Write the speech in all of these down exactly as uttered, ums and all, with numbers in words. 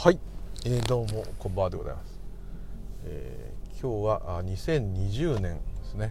はい、えー、どうもこんばんはでございます。えー、今日はにせんにじゅうねんですね、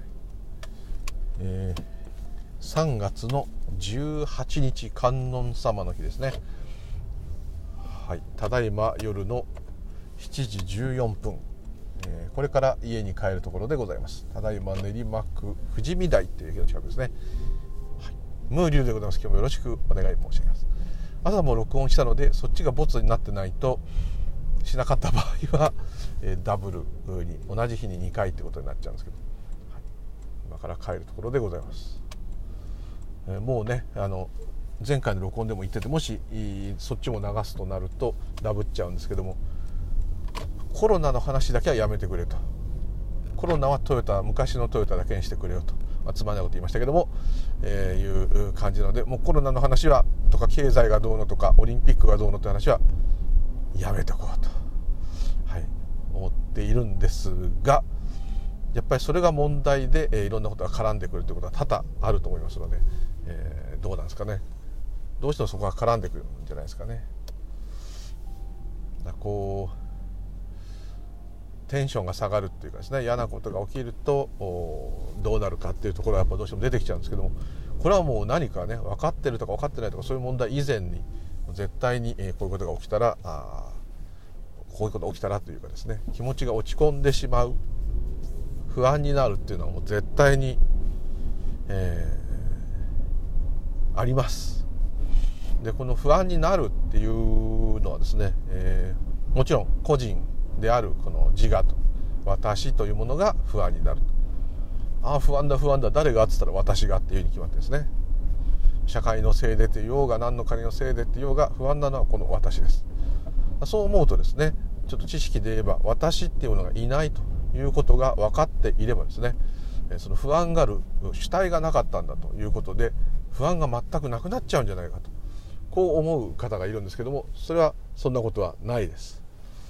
えー、さんがつのじゅうはちにち観音様の日ですね。はい、ただいま夜のしちじじゅうよんぷん、えー、これから家に帰るところでございます。ただいま練馬区富士見台という駅の近くですね。はい、ムーリュウでございます。今日もよろしくお願い申し上げます。朝も録音したのでそっちがボツになってないとしなかった場合は、えー、ダブルに同じ日ににかいってことになっちゃうんですけど、はい、今から帰るところでございます。えー、もうねあの前回の録音でも言ってて、もしそっちも流すとなるとダブっちゃうんですけども、コロナの話だけはやめてくれと。コロナはトヨタ、昔のトヨタだけにしてくれよと、まあ、つまんないこと言いましたけども、えー、いう感じなので、もうコロナの話はとか経済がどうのとかオリンピックがどうのって話はやめておこうと、はい、思っているんですが、やっぱりそれが問題で、えー、いろんなことが絡んでくるということは多々あると思いますので、えー、どうなんですかね。どうしてもそこが絡んでくるんじゃないですかね。だこうテンションが下がるっていうかですね、嫌なことが起きるとどうなるかっていうところがやっぱどうしても出てきちゃうんですけども、これはもう何かね分かってるとか分かってないとかそういう問題以前に絶対にこういうことが起きたらあこういうことが起きたらというかですね、気持ちが落ち込んでしまう、不安になるっていうのはもう絶対に、えー、あります。でこの不安になるっていうのはですね、えー、もちろん個人であるこの自我と私というものが不安になる。ああ不安だ不安だ、誰がって言ったら私がっていうふうに決まってですね、社会のせいでと言おうが何の金のせいでって言おうが不安なのはこの私です。そう思うとですね、ちょっと知識で言えば私っていうものがいないということが分かっていればですね、その不安がある主体がなかったんだということで不安が全くなくなっちゃうんじゃないかと、こう思う方がいるんですけども、それはそんなことはないです。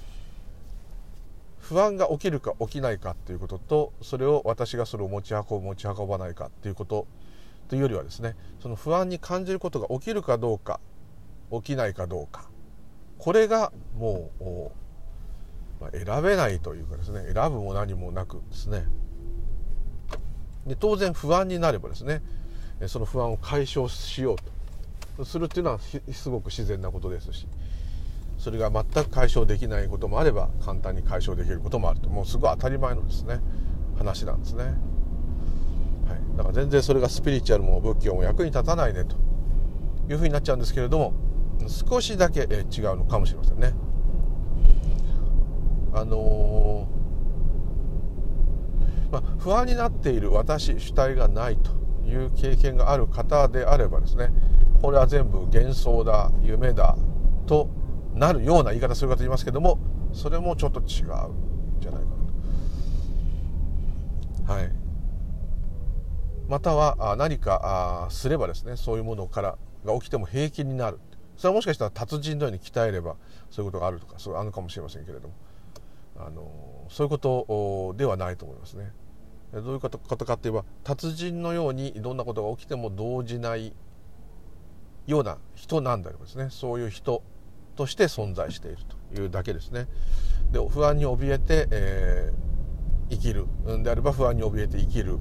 不安が起きるか起きないかということと、それを私がそれを持ち運ぶ持ち運ばないかということというよりはですね、その不安に感じることが起きるかどうか起きないかどうか、これがもう、まあ、選べないというかですね、選ぶも何もなくですね、で当然不安になればですね、その不安を解消しようとするっていうのはすごく自然なことですし、それが全く解消できないこともあれば簡単に解消できることもあると、もうすごい当たり前のですね話なんですね。はい、だから全然それがスピリチュアルも仏教も役に立たないねというふうになっちゃうんですけれども、少しだけ違うのかもしれませんね。あのーまあ、不安になっている私主体がないという経験がある方であればですね、これは全部幻想だ夢だとなるような言い方する方いますけども、それもちょっと違うんじゃないかなと。はい、または何かすればですね、そういうものからが起きても平気になる。それはもしかしたら達人のように鍛えればそういうことがあるとか、そういうあるかもしれませんけれども、あのそういうことではないと思いますね。どういうことかといえば、達人のようにどんなことが起きても動じないような人なんだろうですね、そういう人として存在しているというだけですね。で不安に怯えて、えー、生きるんであれば不安に怯えて生きる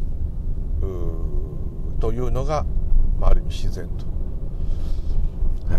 というのが、まあ、ある意味自然と。はい、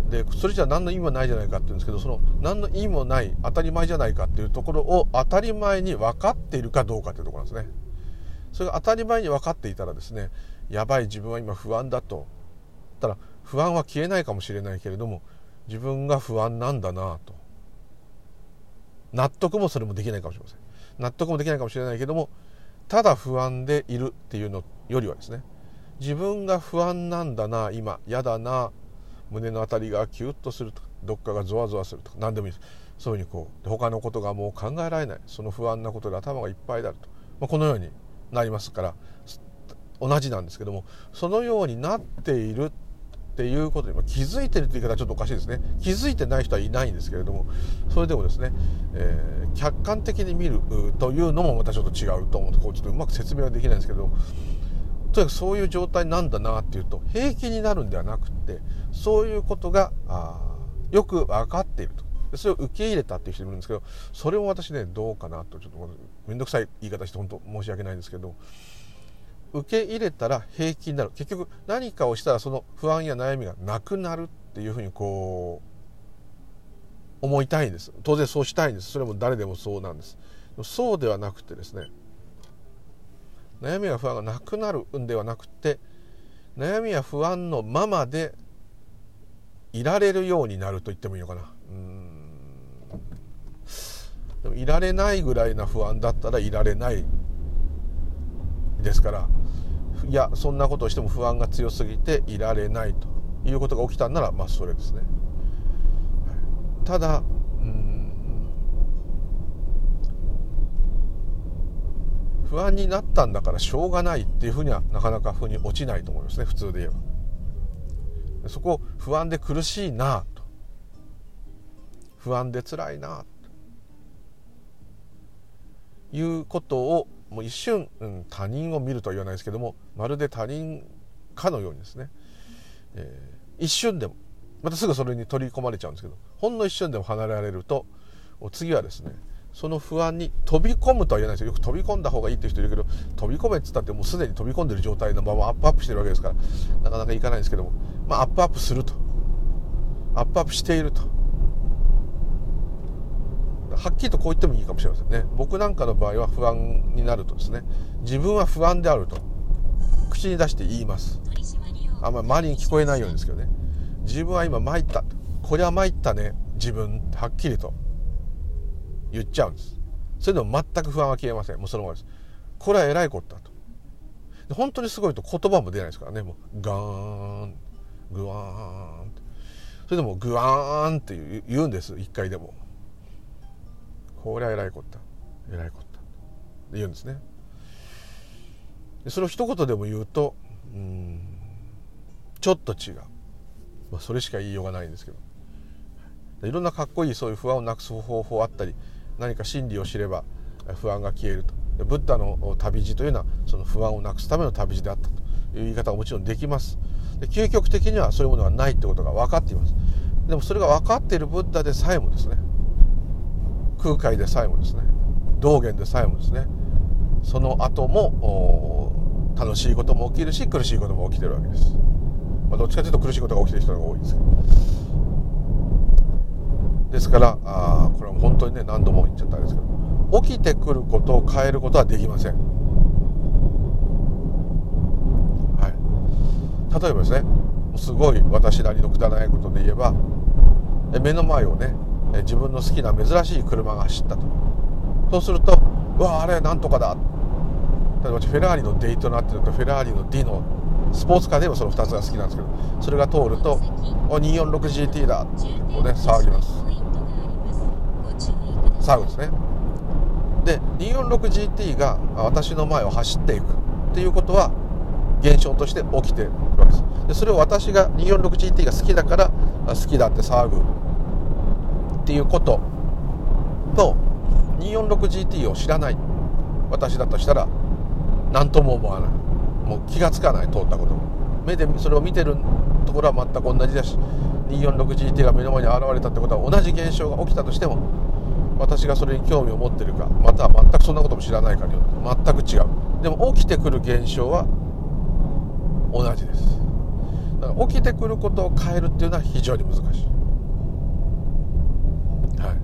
でそれじゃ何の意味もないじゃないかって言うんですけど、その何の意味もない当たり前じゃないかっていうところを当たり前に分かっているかどうかというところなんですね。それが当たり前に分かっていたらですね、やばい自分は今不安だと。ただ不安は消えないかもしれないけれども、自分が不安なんだなと納得もそれもできないかもしれません。納得もできないかもしれないけども、ただ不安でいるっていうのよりはですね、自分が不安なんだな、今嫌だな、胸のあたりがキュッとするとか、どっかがゾワゾワするとか、何でもいいです。そういうふうにこう他のことがもう考えられない、その不安なことで頭がいっぱいであると、まあ、このようになりますから、同じなんですけども、そのようになっているっていうことに気づいてるという言い方はちょっとおかしいですね。気づいてない人はいないんですけれども、それでもですね、えー、客観的に見るというのもまたちょっと違うと思うと、こうちょっとうまく説明はできないんですけど、 とにかくそういう状態なんだなっていうと、平気になるんではなくて、そういうことがあよく分かっていると。でそれを受け入れたっていう人いるんですけど、それも私ねどうかなと、ちょっと面倒くさい言い方して本当申し訳ないんですけど、受け入れたら平気になる。結局何かをしたらその不安や悩みがなくなるっていうふうにこう思いたいんです。当然そうしたいんです。それも誰でもそうなんです。そうではなくてですね、悩みや不安がなくなるんではなくて、悩みや不安のままでいられるようになると言ってもいいのかな。うーんでもいられないぐらいな不安だったらいられないですから、いやそんなことをしても不安が強すぎていられないということが起きたんなら、まあそれですね。ただうーん不安になったんだからしょうがないっていうふうにはなかなか腑に落ちないと思いますね、普通で言えば。そこ不安で苦しいなと、不安で辛いなということをもう一瞬、うん、他人を見るとは言わないですけども、まるで他人かのようにですね、えー、一瞬でもまたすぐそれに取り込まれちゃうんですけど、ほんの一瞬でも離れられると、次はですねその不安に飛び込むとは言わないですよ。よく飛び込んだ方がいいっていう人いるけど、飛び込めって言ったってもうすでに飛び込んでる状態のままアップアップしてるわけですから、なかなかいかないんですけども、まあアップアップすると、アップアップしていると、はっきりとこう言ってもいいかもしれませんね。僕なんかの場合は不安になるとですね、自分は不安であると口に出して言います。あんまり周りに聞こえないようにですけどね、自分は今参った、これは参ったね自分、はっきりと言っちゃうんです。それでも全く不安は消えません。もうそのままです。これは偉いことだと。で本当にすごいと言葉も出ないですからね。もうガーングワーンって、それでもグワーンって言うんです。一回でもこれは偉いことだ、偉いことだって言うんですね。でそれを一言でも言うと、うーんちょっと違う、まあ、それしか言いようがないんですけど、いろんなかっこいいそういう不安をなくす方法あったり、何か真理を知れば不安が消えると。でブッダの旅路というのはその不安をなくすための旅路であったという言い方はもちろんできます。で究極的にはそういうものがないってことが分かっています。でもそれが分かっているブッダでさえもですね、空海でさえもですね、道元でさえもですね、その後も楽しいことも起きるし苦しいことも起きてるわけです。まあ、どっちかというと苦しいことが起きてる人が多いですけど、ですからあこれは本当にね何度も言っちゃったんですけど、起きてくることを変えることはできません。はい、例えばですね、すごい私なりのくだらないことで言えば、目の前をね自分の好きな珍しい車が走ったと。そうすると、うわあれなんとかだ、例えばフェラーリのデイトナっていうのとフェラーリのディノ、スポーツカーでもそのふたつが好きなんですけど、それが通ると にひゃくよんじゅうろくジーティー だってこうね騒ぎます。騒ぐんですね。で にひゃくよんじゅうろくジーティー が私の前を走っていくっていうことは現象として起きているわけです。でそれを私が にひゃくよんじゅうろくジーティー が好きだから好きだって騒ぐっていうことと、 にひゃくよんじゅうろくジーティー を知らない私だとしたら何とも思わない、もう気がつかない、通ったことも目でそれを見てるところは全く同じだし、 にひゃくよんじゅうろくジーティー が目の前に現れたってことは同じ現象が起きたとしても、私がそれに興味を持っているか、または全くそんなことも知らないかによって全く違う。でも起きてくる現象は同じです。だから起きてくることを変えるっていうのは非常に難しい。はい、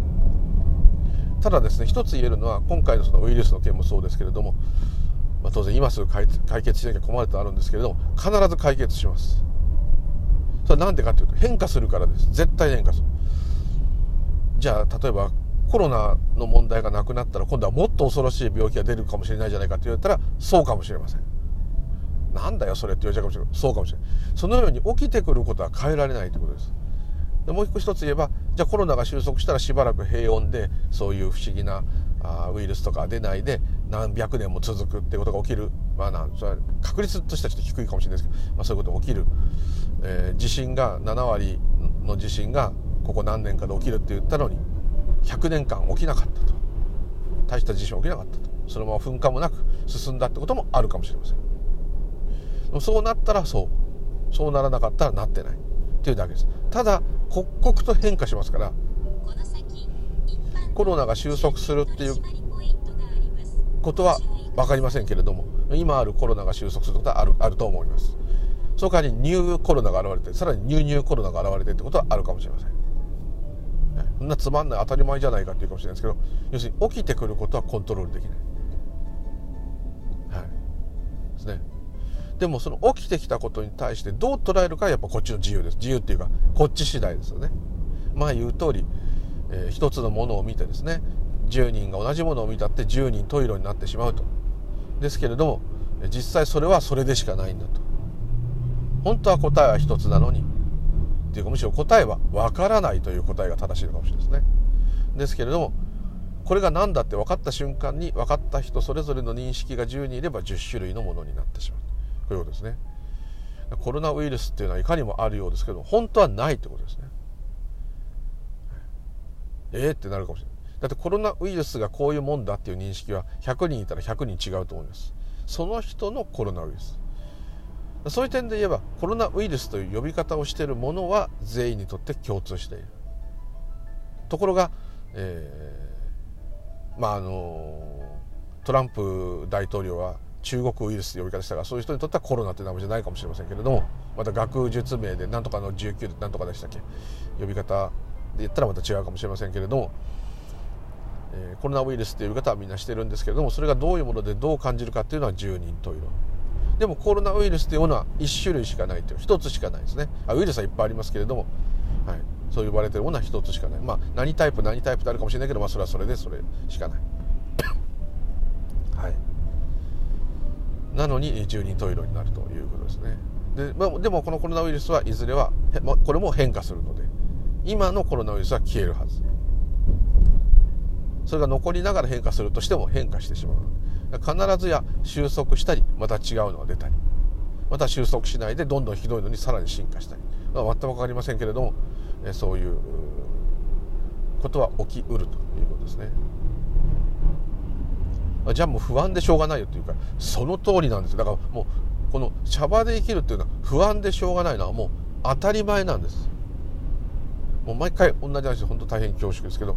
ただですね、一つ言えるのは今回のそのウイルスの件もそうですけれども、まあ、当然今すぐ解決しなきゃ困るとあるんですけれども、必ず解決します。それはなんでかというと変化するからです。絶対変化する。じゃあ例えばコロナの問題がなくなったら今度はもっと恐ろしい病気が出るかもしれないじゃないかと言われたら、そうかもしれません。なんだよそれって言われちゃうかもしれない。そうかもしれない。そのように起きてくることは変えられないということです。でもう一個一つ言えば、じゃあコロナが収束したらしばらく平穏でそういう不思議なあウイルスとか出ないで何百年も続くってことが起きる、まあなんそれは確率としてはちょっと低いかもしれないですけど、まあ、そういうことが起きる、えー、地震がななわりの地震がここ何年かで起きるって言ったのにひゃくねんかん起きなかったと、大した地震起きなかったと、そのまま噴火もなく進んだってこともあるかもしれません。 そうなったらそうそうならなかったらなってないっていうだけです。ただ刻々と変化しますから、コロナが収束するっていうことは分かりませんけれども、今あるコロナが収束することはある、あると思います。その代わりにニューコロナが現れて、さらにニューニューコロナが現れてってことはあるかもしれません。そんなつまんない当たり前じゃないかっていうかもしれないですけど、要するに起きてくることはコントロールできない、はい、ですね。でもその起きてきたことに対してどう捉えるかはやっぱこっちの自由です。自由っていうかこっち次第ですよね。まあ言う通り、えー、一つのものを見てですね、じゅうにんが同じものを見たってじゅうにん十色になってしまうと。ですけれども実際それはそれでしかないんだと。本当は答えは一つなのにっていうか、むしろ答えは分からないという答えが正しいのかもしれないですね。ですけれどもこれが何だって分かった瞬間に分かった人それぞれの認識がじゅうにんいればじゅっしゅるいのものになってしまう、こういうことですね。コロナウイルスっていうのはいかにもあるようですけど本当はないってことですね。えーってなるかもしれない。だってコロナウイルスがこういうもんだっていう認識はひゃくにんいたらひゃくにん違うと思います。その人のコロナウイルス、そういう点で言えばコロナウイルスという呼び方をしているものは全員にとって共通している。ところが、えー、まああのトランプ大統領は中国ウイルスという呼び方したが、そういう人にとってはコロナという名前じゃないかもしれませんけれども、また学術名で何とかのじゅうきゅうなんとかでしたっけ、呼び方で言ったらまた違うかもしれませんけれども、えー、コロナウイルスという呼び方はみんなしてるんですけれども、それがどういうものでどう感じるかっていうのはじゅうにん十色。でもコロナウイルスというものはいち種類しかないという、ひとつしかないですね。あウイルスはいっぱいありますけれども、はい、そう呼ばれているものはひとつしかない。まあ何タイプ何タイプってあるかもしれないけど、まあそれはそれでそれしかないはい。なのにじゅうにん十色になるということですね。で、まあ、でもこのコロナウイルスはいずれはこれも変化するので、今のコロナウイルスは消えるはず。それが残りながら変化するとしても変化してしまう。必ずや収束したりまた違うのが出たり、また収束しないでどんどんひどいのにさらに進化したり、まあ、全く分かりませんけれども、そういうことは起きうるということですね。じゃあもう不安でしょうがないよというか、その通りなんですよ。だからもうこのシャバで生きるっていうのは不安でしょうがないのはもう当たり前なんです。もう毎回同じ話で本当大変恐縮ですけど、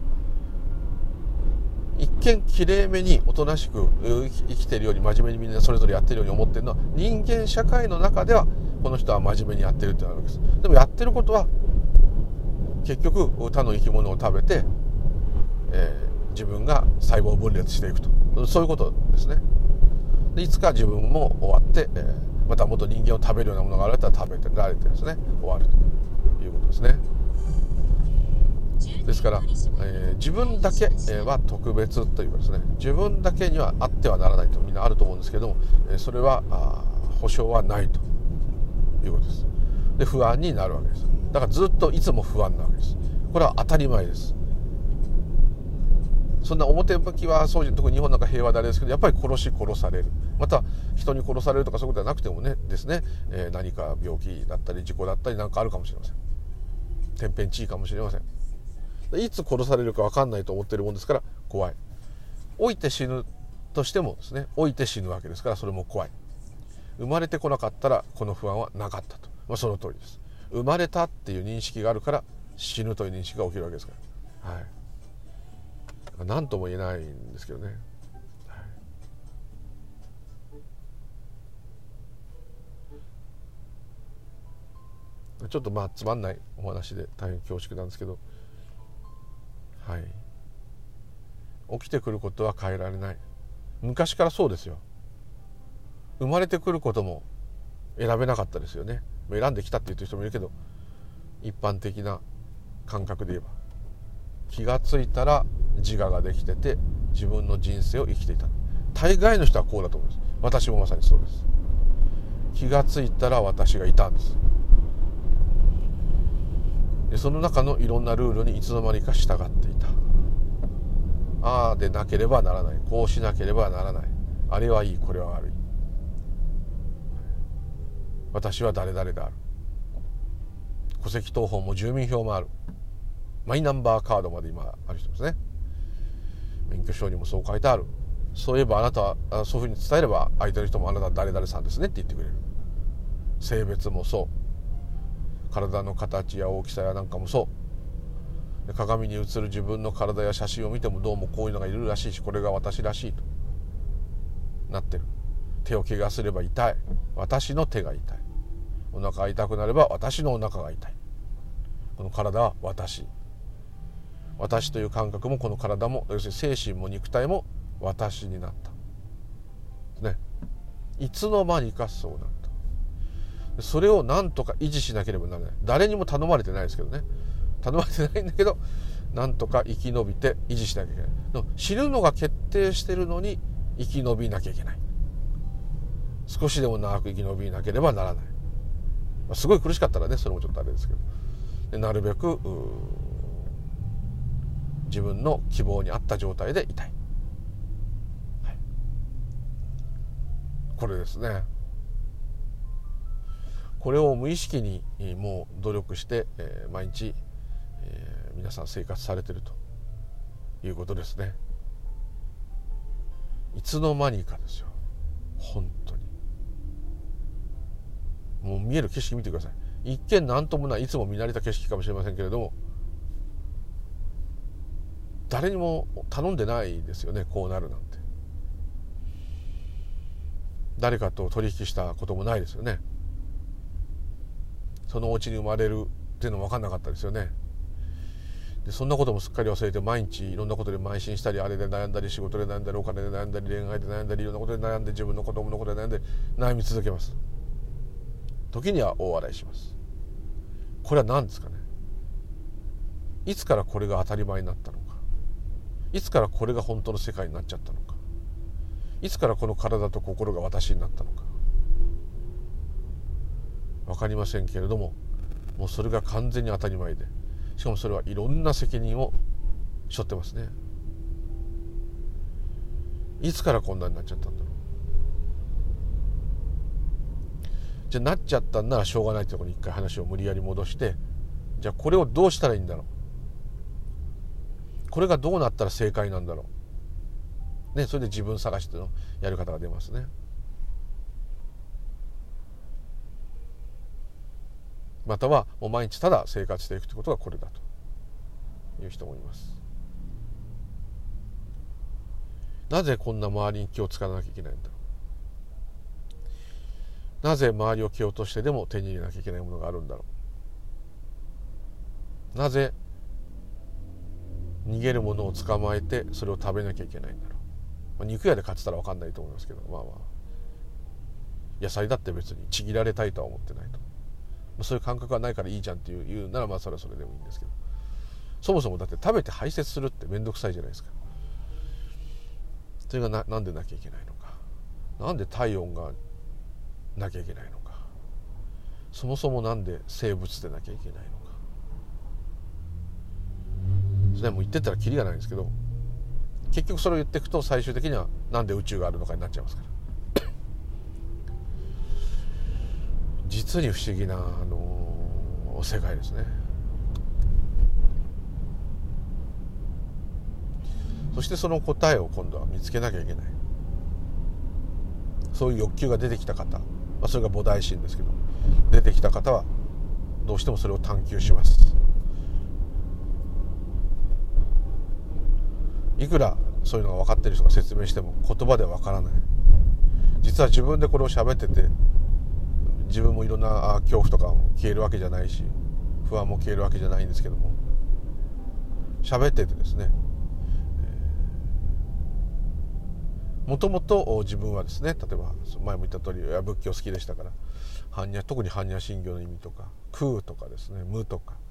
一見きれいめにおとなしく生きているように真面目にみんなそれぞれやってるように思ってるのは、人間社会の中ではこの人は真面目にやってるってなるわけです。でもやってることは結局他の生き物を食べて、えー、自分が細胞分裂していくと、そういうことですね。でいつか自分も終わって、えー、また元人間を食べるようなものが現れたら食べてられてですね終わるということですね。ですから、えー、自分だけは特別というかですね、自分だけにはあってはならないとみんなあると思うんですけども、えー、それは保証はないということです。で不安になるわけです。だからずっといつも不安なわけです。これは当たり前です。そんな表向きはそうじゃ、特に日本なんか平和であれですけど、やっぱり殺し殺される、また人に殺されるとかそういうことはなくてもねですね、えー、何か病気だったり事故だったりなんかあるかもしれません。天変地異かもしれません。いつ殺されるか分かんないと思っているもんですから怖い。老いて死ぬとしてもですね、老いて死ぬわけですからそれも怖い。生まれてこなかったらこの不安はなかったと、まあ、その通りです。生まれたっていう認識があるから死ぬという認識が起きるわけですから、はい、何とも言えないんですけどね、はい、ちょっとまあつまんないお話で大変恐縮なんですけど、はい、起きてくることは変えられない。昔からそうですよ。生まれてくることも選べなかったですよね。選んできたって言ってる人もいるけど、一般的な感覚で言えば気がついたら自我ができてて自分の人生を生きていた。大概の人はこうだと思います。私もまさにそうです。気がついたら私がいたんです。でその中のいろんなルールにいつの間にか従っていた。ああでなければならない、こうしなければならない、あれはいいこれは悪い、私は誰々である、戸籍謄本も住民票もある、マイナンバーカードまで今ある人ですね。免許証にもそう書いてある。そういえばあなたはそういうふうに伝えれば相手の人もあなたは誰々さんですねって言ってくれる。 性別もそう、体の形や大きさやなんかもそう、で鏡に映る自分の体や写真を見てもどうもこういうのがいるらしいし、これが私らしいとなってる。手を怪我すれば痛い、私の手が痛い。お腹が痛くなれば私のお腹が痛い。この体は私、私という感覚もこの体も、要するに精神も肉体も私になったね。いつの間にかそうなった。それを何とか維持しなければならない。誰にも頼まれてないですけどね、頼まれてないんだけど、何とか生き延びて維持しなきゃいけない。死ぬのが決定してるのに生き延びなきゃいけない。少しでも長く生き延びなければならない。すごい苦しかったらね、それもちょっとあれですけど、でなるべく自分の希望に合った状態でいたい、はい、これですね。これを無意識にもう努力して、えー、毎日、えー、皆さん生活されているということですね。いつの間にかですよ、本当に。もう見える景色見てください。一見何ともない、いつも見慣れた景色かもしれませんけれども、誰にも頼んでないですよね、こうなるなんて。誰かと取引したこともないですよね。そのお家に生まれるっていうのも分かんなかったですよね。でそんなこともすっかり忘れて、毎日いろんなことで邁進したり、あれで悩んだり、仕事で悩んだり、お金で悩んだり、恋愛で悩んだり、いろんなことで悩んで、自分の子供のことで悩んで、悩み続けます。時には大笑いします。これは何ですかね。いつからこれが当たり前になったのか、いつからこれが本当の世界になっちゃったのか、いつからこの体と心が私になったのか分かりませんけれども、もうそれが完全に当たり前で、しかもそれはいろんな責任を背負ってますね。いつからこんなになっちゃったんだろう。じゃあなっちゃったんならしょうがないってところに一回話を無理やり戻して、じゃあこれをどうしたらいいんだろう、これがどうなったら正解なんだろうね。それで自分探しのやる方が出ますね。またはもう毎日ただ生活していくということがこれだという人もいます。なぜこんな周りに気を使わなきゃいけないんだろう。なぜ周りを蹴落としてでも手に入れなきゃいけないものがあるんだろう。なぜ逃げるものを捕まえてそれを食べなきゃいけないんだろう。まあ、肉屋で買ってたら分かんないと思いますけど、まあまあ野菜だって別にちぎられたいとは思ってないと。そういう感覚はないからいいじゃんっていう言うなら、まあそれはそれでもいいんですけど、そもそもだって食べて排泄するって面倒くさいじゃないですか。それが な, なんでなきゃいけないのか、なんで体温がなきゃいけないのか、そもそもなんで生物でなきゃいけないのか、それはもう言ってったらキリがないんですけど、結局それを言っていくと最終的にはなんで宇宙があるのかになっちゃいますから。実に不思議な、あのー、世界ですね。そしてその答えを今度は見つけなきゃいけない。そういう欲求が出てきた方、まあ、それが菩提心ですけど、出てきた方はどうしてもそれを探求します。いくらそういうのが分かっている人が説明しても言葉では分からない。実は自分でこれを喋ってて、自分もいろんな恐怖とかも消えるわけじゃないし、不安も消えるわけじゃないんですけども、喋っててですね、もともと自分はですね、例えば前も言った通り仏教好きでしたから、般若、特に般若心経の意味とか空とかですね、無とか、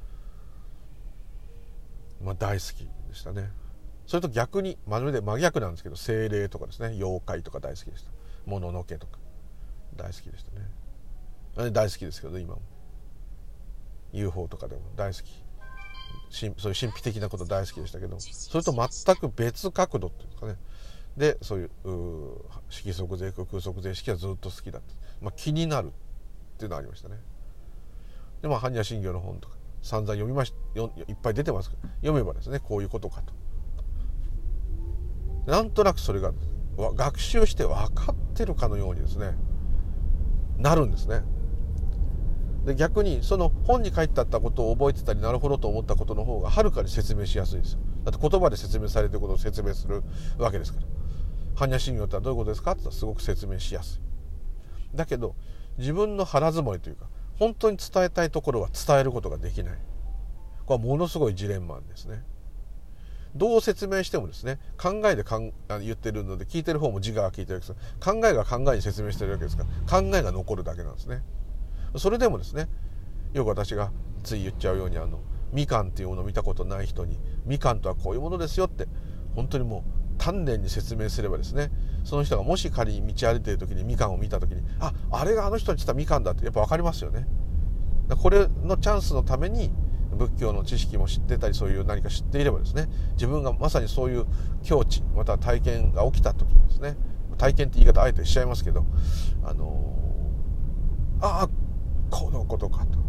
まあ、大好きでしたね。それと逆にまるで真逆なんですけど、精霊とかですね、妖怪とか大好きでした。もののけとか大好きでしたね。あれ大好きですけど、ね、今も ユーフォー とかでも大好き、そういう神秘的なこと大好きでしたけど、それと全く別角度っていうんですかね、でそういう色即是空、空即是色はずっと好きだった、まあ、気になるっていうのがありましたね。でまあ般若心経の本とか散々読みましいっぱい出てますから、読めばですね、こういうことかと、なんとなくそれが学習して分かってるかのようにですねなるんですね。 で逆にその本に書いてあったことを覚えてたりなるほどと思ったことの方がはるかに説明しやすいですよ。だって言葉で説明されていることを説明するわけですから。般若心経ってはどういうことですかって言ったらすごく説明しやすい。だけど自分の腹積もりというか本当に伝えたいところは伝えることができない。これはものすごいジレンマですね。どう説明してもですね、考えでかん言ってるので聞いてる方も自我が聞いてるわけです。考えが考えに説明してるわけですから考えが残るだけなんですね。それでもですね、よく私がつい言っちゃうようにあのみかんっていうものを見たことない人にみかんとはこういうものですよって本当にもう丹念に説明すればですね、その人がもし仮に道歩いている時にみかんを見た時にあ、あれがあの人に言ったみかんだってやっぱ分かりますよね。これのチャンスのために仏教の知識も知ってたりそういう何か知っていればですね、自分がまさにそういう境地または体験が起きた時にですね、体験って言い方あえてしちゃいますけど、あのー、ああこのことかと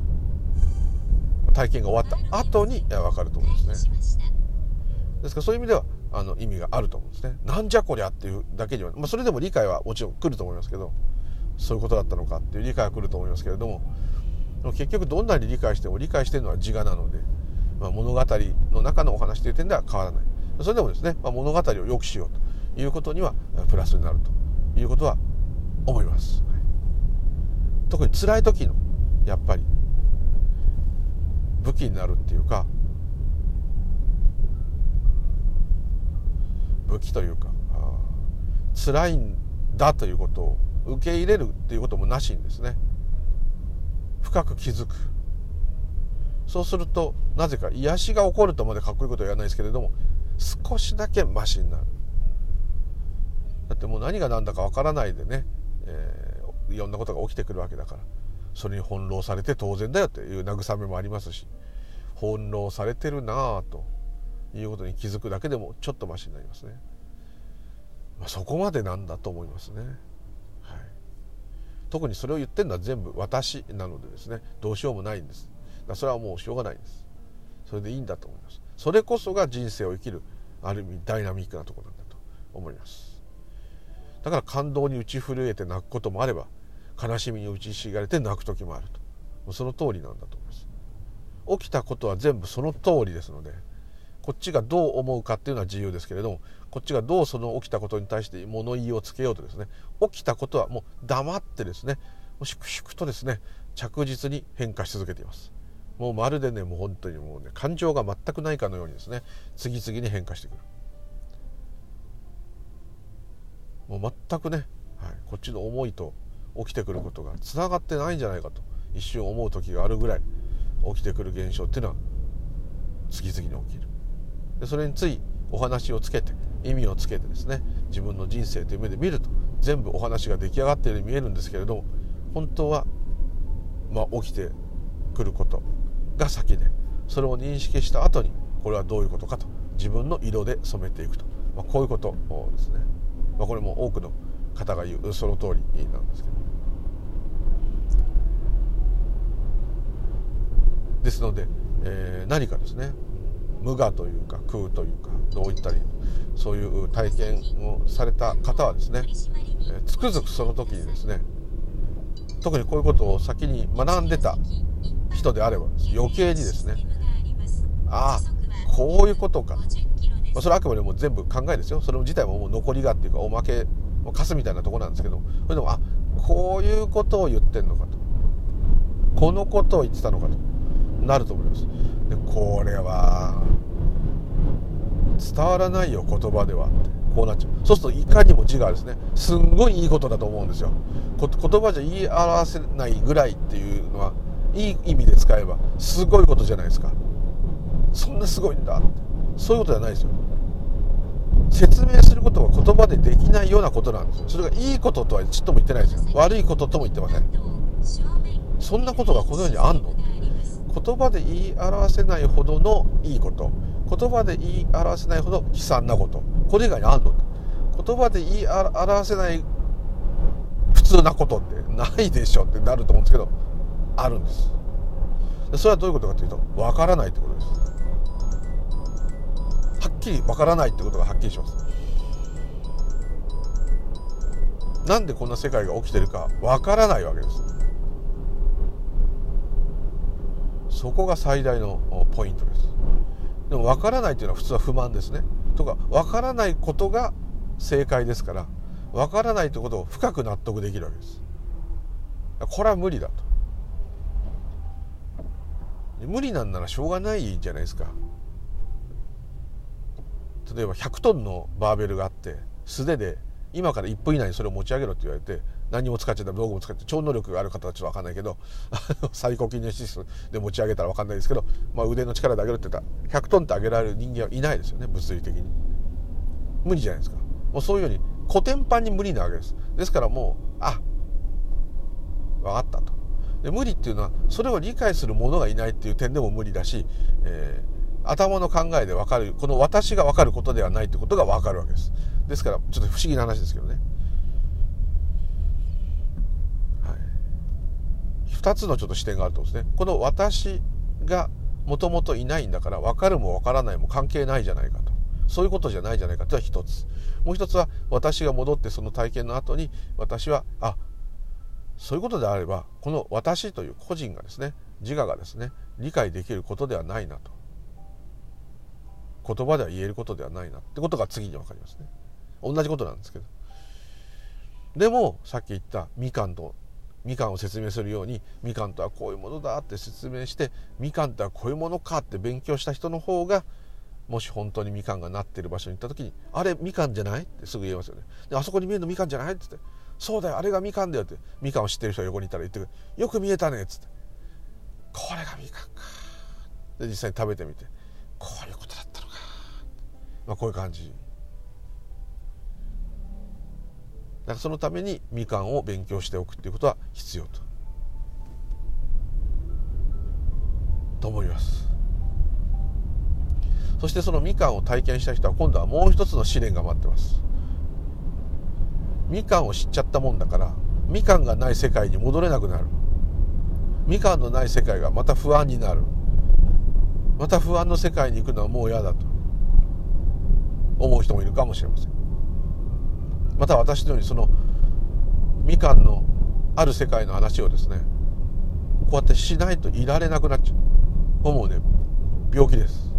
体験が終わった後に分かると思うんですね。ですからそういう意味ではあの意味があると思うんですね。なんじゃこりゃっていうだけには、まあ、それでも理解はもちろん来ると思いますけど、そういうことだったのかっていう理解は来ると思いますけれども、結局どんなに理解しても理解しているのは自我なので、まあ、物語の中のお話という点では変わらない。それでもですね、まあ、物語を良くしようということにはプラスになるということは思います。はい、特に辛い時のやっぱり武器になるっていうか、武器というか辛いんだということを受け入れるっていうこともなしにですね、深く気づく。そうするとなぜか癒しが起こるとまでかっこいいことは言わないですけれども、少しだけマシになる。だってもう何が何だかわからないでね、えー、いろんなことが起きてくるわけだから、それに翻弄されて当然だよという慰めもありますし、翻弄されてるなぁということに気づくだけでもちょっとマシになりますね。まあ、そこまでなんだと思いますね。はい、特にそれを言ってるのは全部私なのでですね、どうしようもないんです。だからそれはもうしょうがないんです。それでいいんだと思います。それこそが人生を生きるある意味ダイナミックなところなんだと思います。だから感動に打ち震えて泣くこともあれば、悲しみに打ちひしがれて泣く時もあると、その通りなんだと思います。起きたことは全部その通りですので、こっちがどう思うかっていうのは自由ですけれども、こっちがどうその起きたことに対して物言いをつけようとですね、起きたことはもう黙ってですね、粛々とですね、着実に変化し続けています。もうまるでね、もう本当にもうね、感情が全くないかのようにですね、次々に変化してくる。もう全くね、はい、こっちの思いと起きてくることがつながってないんじゃないかと一瞬思う時があるぐらい、起きてくる現象っていうのは次々に起きる。でそれについお話をつけて意味をつけてですね、自分の人生という目で見ると全部お話が出来上がっているように見えるんですけれども、本当は、まあ、起きてくることが先で、それを認識した後にこれはどういうことかと自分の色で染めていくと、まあ、こういうことですね。まあ、これも多くの方が言うその通りなんですけど、ですので、えー、何かですね、無我というか空というかどういったり、そういう体験をされた方はですね、えー、つくづくその時にですね、特にこういうことを先に学んでた人であれば余計にですね、ああこういうことか、まあ、それはあくまでも全部考えですよ。それ自体ももう残りがっていうかおまけカスみたいなところなんですけど、それでもあこういうことを言ってんのかと、このことを言ってたのかとなると思います。でこれは伝わらないよ言葉ではってこうなっちゃう。そうするといかにも自我ですね、すんごいいいことだと思うんですよ。こ言葉じゃ言い表せないぐらいっていうのはいい意味で使えばすごいことじゃないですか。そんなすごいんだって、そういうことじゃないですよ。説明することは言葉でできないようなことなんですよ。それがいいこととはちっとも言ってないですよ。悪いこととも言ってません。そんなことがこの世にあんの？言葉で言い表せないほどのいいこと、言葉で言い表せないほど悲惨なこと、これ以外にあんの？言葉で言い表せない普通なことってないでしょってなると思うんですけど、あるんです。それはどういうことかというと、わからないってことです。はっきりわからないってことがはっきりします。なんでこんな世界が起きてるかわからないわけです。 そこが最大のポイントです。でも分からないというのは普通は不満ですね。とか分からないことが正解ですから、分からないということを深く納得できるわけです。これは無理だと。無理なんならしょうがないじゃないですか。例えばひゃくトンのバーベルがあって素手で今からいっぷん以内にそれを持ち上げろって言われて、何も使っちゃった道具も使って超能力がある方はちょっと分かんないけど最高筋肉システムで持ち上げたら分かんないですけど、まあ、腕の力で上げるって言ったらひゃくトンって上げられる人間はいないですよね。物理的に無理じゃないですか。もうそういうようにコテンパンに無理なわけです。ですからもうあ分かったと。で無理っていうのはそれを理解する者がいないっていう点でも無理だし、えー、頭の考えで分かる、この私が分かることではないってことが分かるわけです。ですからちょっと不思議な話ですけどね、はい、ふたつのちょっと視点があると思うんですね。この私がもともといないんだから分かるも分からないも関係ないじゃないかと、そういうことじゃないじゃないかというのは一つ。もう一つは私が戻ってその体験の後に私はあそういうことであればこの私という個人がですね、自我がですね理解できることではないなと、言葉では言えることではないなってことが次に分かりますね。同じことなんですけど、でもさっき言ったみかんとみかんを説明するようにみかんとはこういうものだって説明してみかんとはこういうものかって勉強した人の方がもし本当にみかんがなっている場所に行った時にあれみかんじゃないってすぐ言えますよね。であそこに見えるのみかんじゃないって言ってそうだよあれがみかんだよってみかんを知ってる人が横にいたら言ってくるよく見えたねっつってこれがみかんかで実際に食べてみてこういうことだったのか、まあ、こういう感じだからそのためにみかんを勉強しておくっていうことは必要とと思います。そしてそのみかんを体験した人は今度はもう一つの試練が待ってます。みかんを知っちゃったもんだからみかんがない世界に戻れなくなる。みかんのない世界がまた不安になる。また不安の世界に行くのはもう嫌だと思う人もいるかもしれません。また私のようにそのみかんのある世界の話をですねこうやってしないといられなくなっちゃう。もうね病気です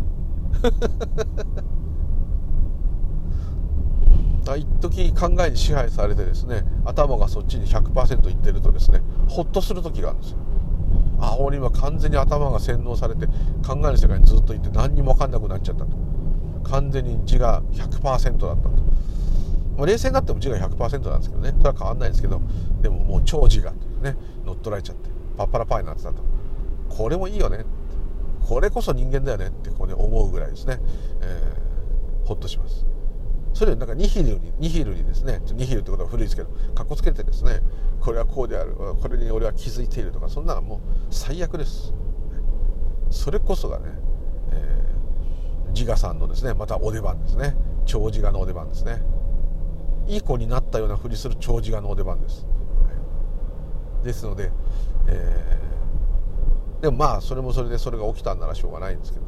一時考えに支配されてですね頭がそっちに ひゃくパーセント いってるとですねホッとする時があるんですよ。あ俺今完全に頭が洗脳されて考える世界にずっといて何にも分かんなくなっちゃったと、完全に自我 ひゃくパーセント だったと。まあ、冷静になっても自我 ひゃくパーセント なんですけどね、それは変わんないんですけど、でももう超自我ね乗っ取られちゃってパッパラパーになってたと。これもいいよね、これこそ人間だよねってこう、ね、思うぐらいですね、えー、ほっとします。それよりなんかニヒルにニヒルにですねニヒルってことは古いですけどかっこつけてですねこれはこうであるこれに俺は気づいているとかそんなのもう最悪です。それこそがね、えー、自我さんのですねまたお出番ですね。超自我のお出番ですね。いい子になったようなふりする超自我のお出番です。ですので、えー、でもまあそれもそれでそれが起きたんならしょうがないんですけど、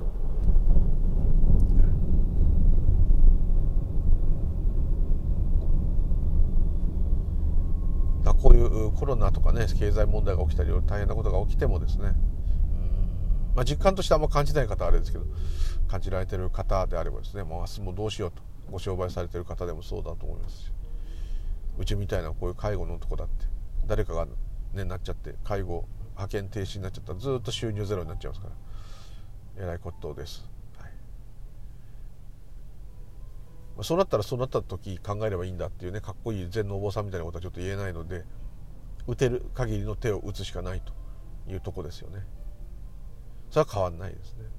だこういうコロナとかね経済問題が起きたり大変なことが起きてもですね、うん、まあ、実感としてあんま感じない方はあれですけど感じられている方であればですねもう明日もどうしようとご商売されている方でもそうだと思いますし、うちみたいなこういう介護のとこだって誰かがねなっちゃって介護派遣停止になっちゃったらずっと収入ゼロになっちゃいますからえらいことです、はい。まあ、そうなったらそうなった時考えればいいんだっていうねかっこいい禅のお坊さんみたいなことはちょっと言えないので打てる限りの手を打つしかないというとこですよね。それは変わんないですね。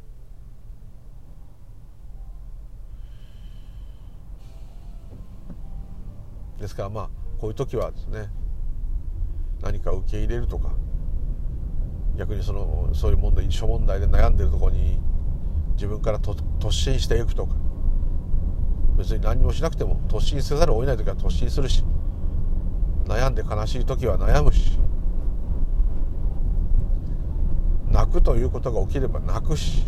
ですからまあこういう時はですね何か受け入れるとか逆にそのそういう問題諸問題で悩んでるところに自分からと突進していくとか、別に何もしなくても突進せざるを得ない時は突進するし、悩んで悲しい時は悩むし、泣くということが起きれば泣くし、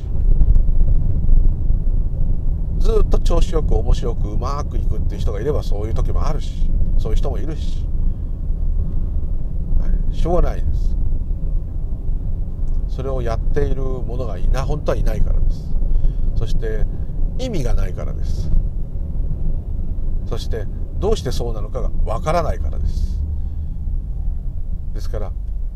ずっと調子よく面白くうまくいくっていう人がいればそういう時もあるし、そういう人もいるし、はい、しょうがないです。 それをやっている者がいな本当はいないからです。そして意味がないからです。そしてどうしてそうなのかがわからないからです。ですから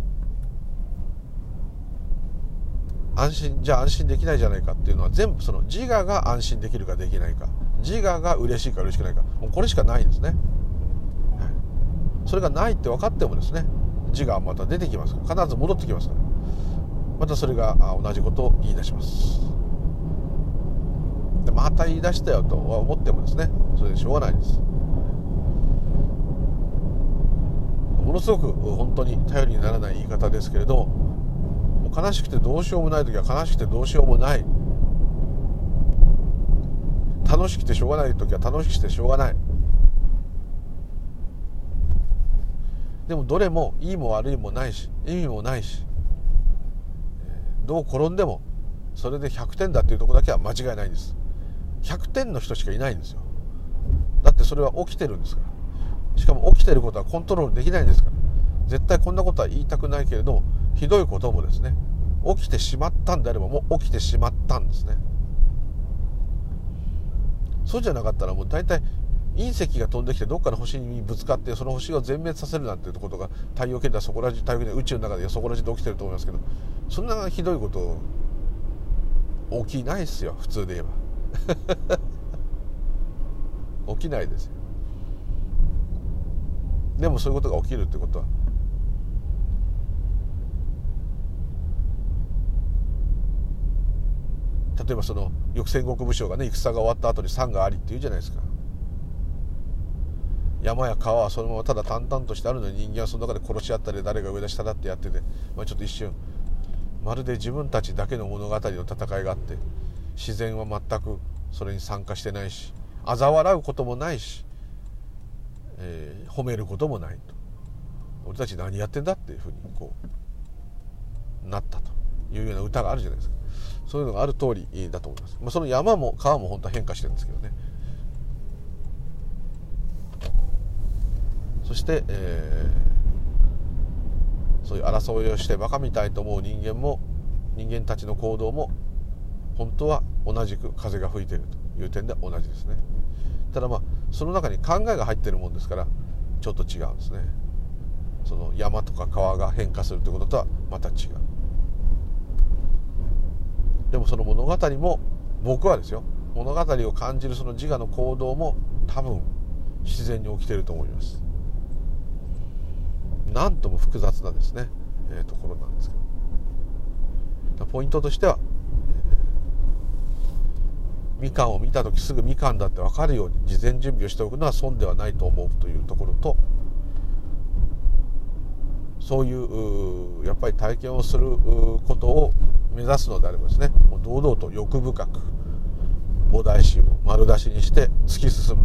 安心じゃあ安心できないじゃないかっていうのは、全部その自我が安心できるかできないか、自我が嬉しいか嬉しくないか、もうこれしかないんですね、はい、それがないって分かってもですね、自我はまた出てきますから、必ず戻ってきますから、またそれが同じことを言い出します。でまた言い出したよと思ってもですね、それでしょうがないです。ものすごく本当に頼りにならない言い方ですけれども、悲しくてどうしようもない時は悲しくてどうしようもない、楽しくてしょうがない時は楽しくてしょうがない。でもどれもいいも悪いもないし意味もないし、どう転んでもそれでひゃくてんだっていうところだけは間違いないんです。ひゃくてんの人しかいないんですよ。だってそれは起きてるんですから。しかも起きてることはコントロールできないんですから。絶対こんなことは言いたくないけれども、ひどいこともですね、起きてしまったんであればもう起きてしまったんですね。そうじゃなかったらもう大体隕石が飛んできてどっかの星にぶつかってその星を全滅させるなんていうことが太陽系ではそこら中、太陽系では宇宙の中ではそこら中で起きてると思いますけど、そんなひどいこと起きないですよ、普通で言えば起きないですよ。でもそういうことが起きるってことは、例えばそのよく戦国武将がね、戦が終わった後に山がありって言うじゃないですか。山や川はそのままただ淡々としてあるのに、人間はその中で殺し合ったり誰が上だ下だってやってて、まあ、ちょっと一瞬まるで自分たちだけの物語の戦いがあって、自然は全くそれに参加してないし、嘲笑うこともないし、えー、褒めることもないと、俺たち何やってんだっていうふうにこうなったというような歌があるじゃないですか。そういうのがある通りだと思います。まあ、その山も川も本当は変化してるんですけどね。そして、えー、そういう争いをしてバカみたいと思う人間も、人間たちの行動も本当は同じく風が吹いているという点で同じですね。ただまあその中に考えが入っているもんですからちょっと違うんですね。その山とか川が変化するということとはまた違う。でもその物語も、僕はですよ、物語を感じるその自我の行動も多分自然に起きていると思います。なんとも複雑なですね、えー、ところなんですけど、ポイントとしては、えー、みかんを見た時すぐみかんだって分かるように事前準備をしておくのは損ではないと思うというところと、そういうやっぱり体験をすることを目指すのであればですね、もう堂々と欲深く菩提心を丸出しにして突き進む。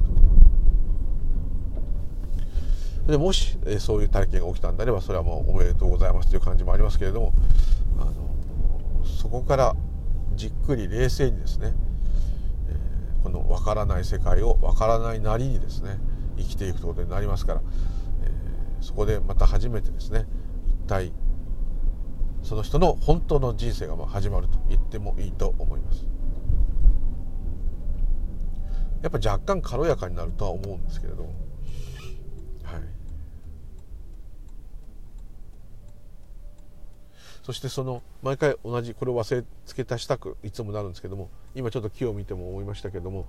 でもし、えー、そういう体験が起きたんであれば、それはもうおめでとうございますという感じもありますけれども、あのそこからじっくり冷静にですね、えー、この分からない世界を分からないなりにですね生きていくということになりますから、えー、そこでまた初めてですね、一体その人の本当の人生がまあ始まると言ってもいいと思います。やっぱ若干軽やかになるとは思うんですけれども、はい、そしてその毎回同じ、これを忘れ付け足したくいつもなるんですけども、今ちょっと木を見ても思いましたけども、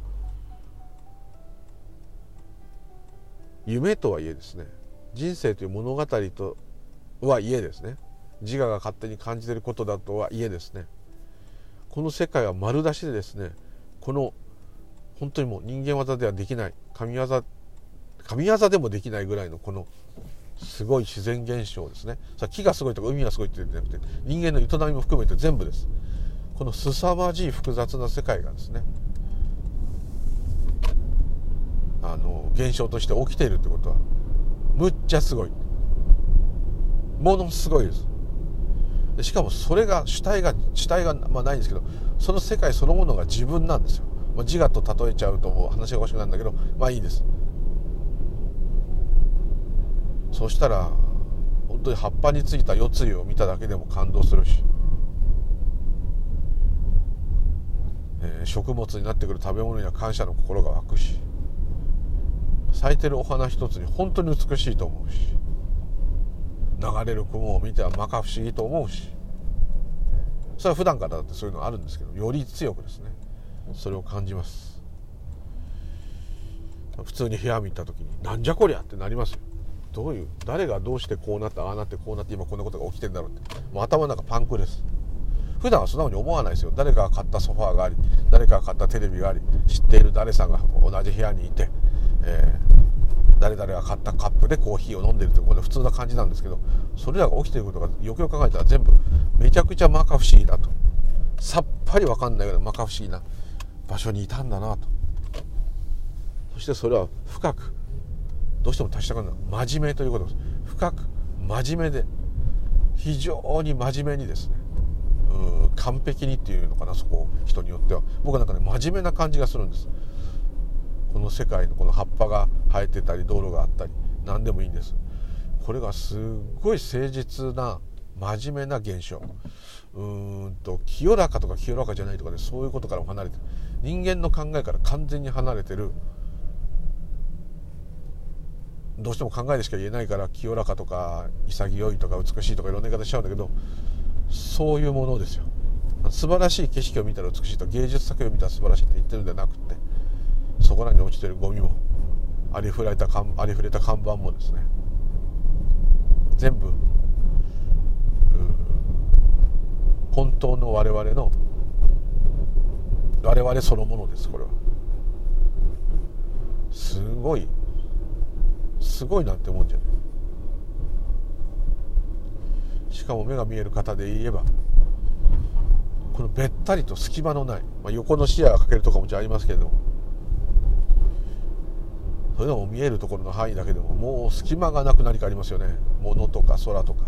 夢とはいえですね、人生という物語とはいえですね、自我が勝手に感じていることだとはいえですね、この世界は丸出しでですね、この本当にもう人間技ではできない、神業神業でもできないぐらいのこのすごい自然現象ですね。さあ木がすごいとか海がすごいって言うんじゃなくて、人間の営みも含めて全部です。この凄まじい複雑な世界がですね、あの現象として起きているってことはむっちゃすごい、ものすごいです。でしかもそれが主体が主体がまあないんですけど、その世界そのものが自分なんですよ。まあ、自我と例えちゃうともう話がおかしくなるんだけど、まあいいです。そうしたら本当に葉っぱについた夜露を見ただけでも感動するし、 えー、食物になってくる食べ物には感謝の心が湧くし、咲いてるお花一つに本当に美しいと思うし、流れる雲を見ては摩訶不思議と思うし、それは普段からだってそういうのあるんですけど、より強くですねそれを感じます。普通に部屋見た時になんじゃこりゃってなりますよ。どういう誰がどうしてこうなってああなってこうなって今こんなことが起きてんだろうって、もう頭の中パンクです。普段はそんなふうに思わないですよ。誰かが買ったソファーがあり、誰かが買ったテレビがあり、知っている誰さんが同じ部屋にいて、えー、誰々が買ったカップでコーヒーを飲んでるってこれ普通な感じなんですけど、それらが起きていることがよくよく考えたら全部めちゃくちゃ摩訶不思議だと、さっぱり分かんないぐらい摩訶不思議な場所にいたんだなと。そしてそれは深くどうしても足したくなるのは真面目ということです。深く真面目で非常に真面目にですね、うん完璧にっていうのかな、そこ人によっては僕なんかね真面目な感じがするんです。この世界のこの葉っぱが生えてたり道路があったり何でもいいんです。これがすっごい誠実な真面目な現象、うーんと清らかとか清らかじゃないとかね、そういうことからも離れてる、人間の考えから完全に離れてる、どうしても考えでしか言えないから清らかとか潔いとか美しいとかいろんな言い方しちゃうんだけど、そういうものですよ。素晴らしい景色を見たら美しいと、芸術作品を見たら素晴らしいって言ってるんじゃなくて、そこらに落ちてるゴミもありふれた看ありふれた看板もですね、全部本当の我々の我々そのものです。これはすごいすごいなって思うんじゃない。しかも目が見える方で言えばこのべったりと隙間のない、まあ、横の視野がかけるとかもちろんありますけれども、それでも見えるところの範囲だけでももう隙間がなく何かありますよね。物とか空とか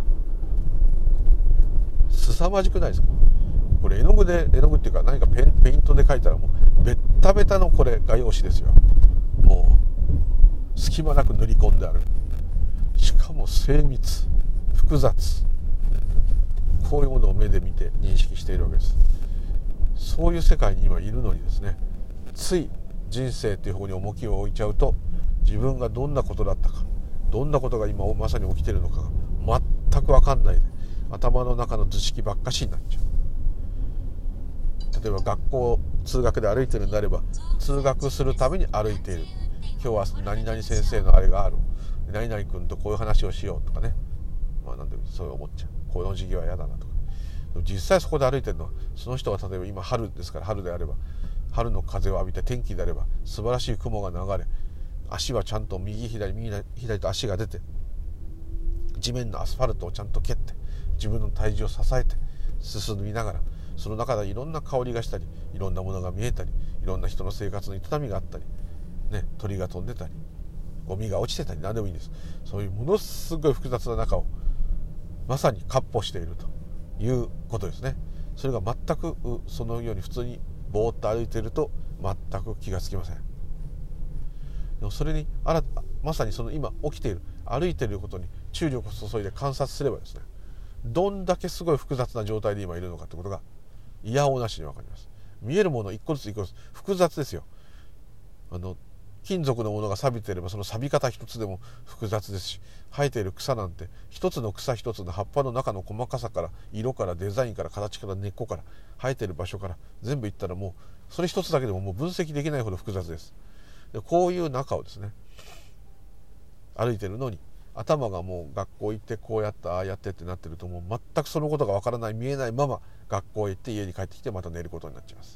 凄まじくないですか。これ絵の具で絵の具っていうか何かペンペイントで描いたらもうベッタベタのこれ画用紙ですよ。もう隙間なく塗り込んである、しかも精密複雑、こういうものを目で見て認識しているわけです。そういう世界に今いるのにですね、つい人生という方に重きを置いちゃうと、自分がどんなことだったか、どんなことが今まさに起きているのかが全く分かんないで、頭の中の図式ばっかしになっちゃう。例えば学校通学で歩いてるんであれば、通学するために歩いている、今日は何々先生のあれがある、何々君とこういう話をしようとかね、まあ何でもそう思っちゃう、この授業は嫌だなとか。でも実際そこで歩いてるのはその人が例えば今春ですから、春であれば春の風を浴びて、天気であれば素晴らしい雲が流れ、足はちゃんと右左右左と足が出て、地面のアスファルトをちゃんと蹴って自分の体重を支えて進みながら、その中でいろんな香りがしたり、いろんなものが見えたり、いろんな人の生活の営みがあったり、ね、鳥が飛んでたりゴミが落ちてたり何でもいいんです。そういうものすごい複雑な中をまさに闊歩しているということですね。それが全くそのように普通にぼーっと歩いていると全く気がつきません。でもそれに新たまさにその今起きている歩いていることに注力を注いで観察すればですね、どんだけすごい複雑な状態で今いるのかということがいやおうなしに分かります。見えるもの一個ずつ一個ずつ複雑ですよ。あの金属のものが錆びていればその錆び方一つでも複雑ですし、生えている草なんて一つの草一つの葉っぱの中の細かさから色からデザインから形から根っこから生えている場所から全部いったらもうそれ一つだけでももう分析できないほど複雑です。でこういう中をですね歩いてるのに、頭がもう学校行ってこうやったああやってってなってると、もう全くそのことがわからない見えないまま学校へ行って家に帰ってきてまた寝ることになっちゃいます。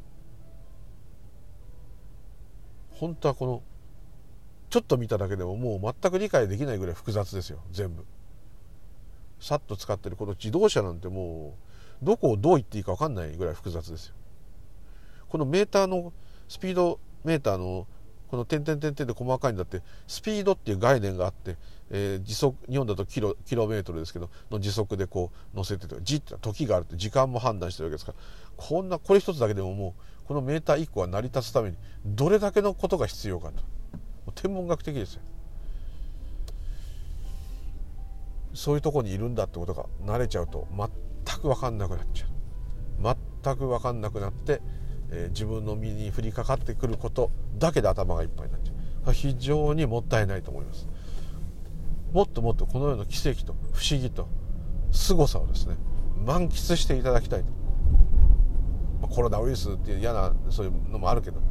本当はこのちょっと見ただけでももう全く理解できないぐらい複雑ですよ。全部さっと使ってるこの自動車なんてもうどこをどう言っていいか分かんないぐらい複雑ですよ。このメーターのスピードメーターのこの点々点々で細かいんだって、スピードっていう概念があって、えー、時速日本だとキロキロメートルですけどの時速でこう乗せてて、時って時があるって時間も判断してるわけですから、こんなこれ一つだけでももうこのメーターいっこが成り立つためにどれだけのことが必要かと、もう天文学的ですよ。そういうところにいるんだってことが慣れちゃうと全く分かんなくなっちゃう。全く分かんなくなって、 えー、自分の身に降りかかってくることだけで頭がいっぱいになっちゃう。非常にもったいないと思います。もっともっとこの世の奇跡と不思議と凄さをですね満喫していただきたいと、まあ、コロナウイルスっていう嫌なそういうのもあるけど、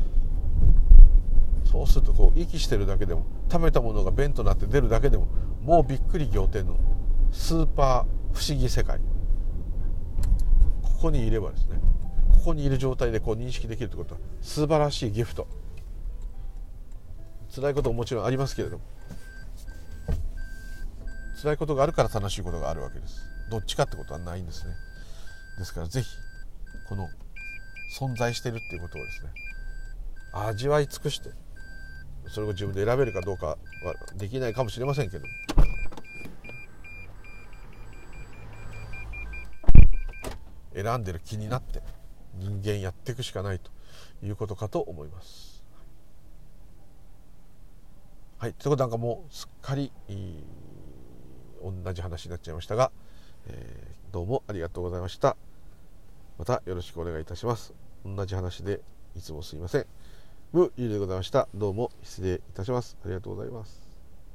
そうするとこう息してるだけでも食べたものが便となって出るだけでももうびっくり仰天のスーパー不思議世界、ここにいればですね、ここにいる状態でこう認識できるということは素晴らしいギフト。辛いことももちろんありますけれども、辛いことがあるから楽しいことがあるわけです。どっちかってことはないんですね。ですからぜひこの存在しているっていうことをですね味わい尽くして、それを自分で選べるかどうかはできないかもしれませんけど、選んでる気になって人間やっていくしかないということかと思います。はい、ということでなんかもうすっかり同じ話になっちゃいましたが、えー、どうもありがとうございました。またよろしくお願いいたします。同じ話でいつもすいません。ムゆうでございました。どうも失礼いたします。ありがとうございます。